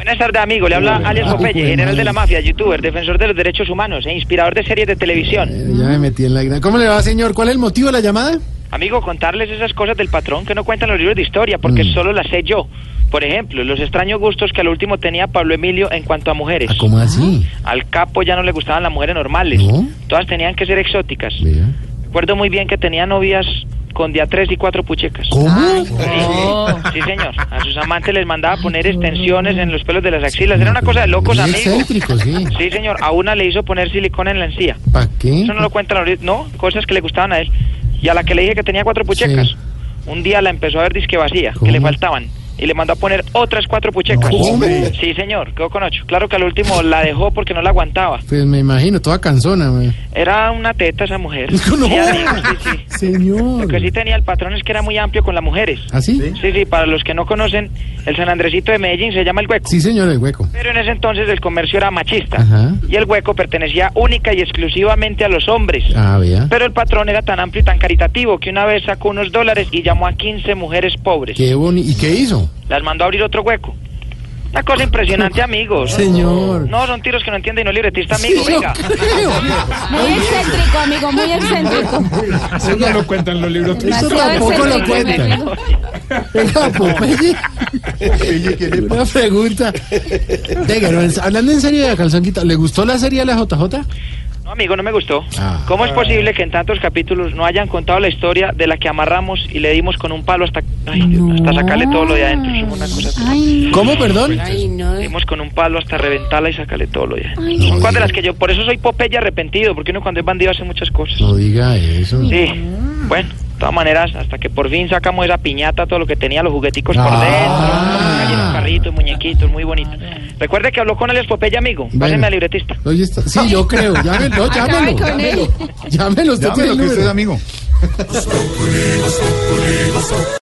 Buenas tardes, amigo. Le habla alias Popeye, general de la mafia, youtuber, defensor de los derechos humanos e inspirador de series de televisión. Ya me metí en la gran... ¿Cómo le va, señor? ¿Cuál es el motivo de la llamada? Amigo, contarles esas cosas del patrón que no cuentan los libros de historia, porque solo las sé yo. Por ejemplo, los extraños gustos que al último tenía Pablo Emilio en cuanto a mujeres. ¿Cómo así? Al capo ya no le gustaban las mujeres normales. ¿No? Todas tenían que ser exóticas. Vea. Recuerdo muy bien que tenía novias con de a 3 y 4 puchecas. ¿Cómo? Sí, señor. A sus amantes les mandaba poner extensiones en los pelos de las axilas. Era una cosa de locos, Muy amigo. excéntrico, sí. Sí, señor. A una le hizo poner silicona en la encía. ¿Para qué? Eso no lo cuentan ahorita. No, cosas que le gustaban a él. Y a la que le dije que tenía 4 puchecas. Sí. Un día la empezó a ver disque vacía, ¿Cómo? que le faltaban. Y le mandó a poner otras 4 puchecas. ¿Cómo? Sí, señor. Quedó con 8. Claro que al último la dejó porque no la aguantaba. Pues me imagino, toda cansona. Era una teta esa mujer. No. Sí, amigo, sí. Señor. Lo que sí tenía el patrón es que era muy amplio con las mujeres. ¿Ah, sí? Sí, para los que no conocen, el San Andresito de Medellín se llama El Hueco. Sí, señor, el hueco. Pero en ese entonces el comercio era machista. Ajá. Y El Hueco pertenecía única y exclusivamente a los hombres. Ah, vea. Pero el patrón era tan amplio y tan caritativo que una vez sacó unos dólares y llamó a 15 mujeres pobres. Qué bonito. ¿Y qué hizo? Las mandó a abrir otro hueco. Una cosa impresionante, amigos. Señor. No, son tiros que no entiende y no libretista, amigo. Sí, Venga. Muy excéntrico, amigo, muy excéntrico. Eso no lo cuentan los libros. Eso Demasiado tampoco lo excéntrico, cuentan. amigo. Venga, Popeye. Una pregunta. Venga, no, hablando en serio de Calzón Quitado, ¿le gustó la serie de la JJ? No, amigo, no me gustó. Ah. ¿Cómo es posible que en tantos capítulos no hayan contado la historia de la que amarramos y le dimos con un palo hasta sacarle todo lo de adentro? Es una cosa Ay, ¿Cómo, perdón? Le dimos con un palo hasta reventarla y sacarle todo lo de adentro. Ay, Son no cosas de diga. las que yo, por eso soy Popeye arrepentido, porque uno cuando es bandido hace muchas cosas. No diga eso. Sí, bueno, de todas maneras, hasta que por fin sacamos esa piñata, todo lo que tenía, los jugueticos por Ah. dentro, los carritos, muñequitos, muy bonito. Recuerde que habló con alias Popeye, amigo. Páseme Bueno. al libretista. Oye, sí, yo creo. Llámelo, Acabe con él. Llámelo, usted tiene Llámelo el que usted es número. amigo.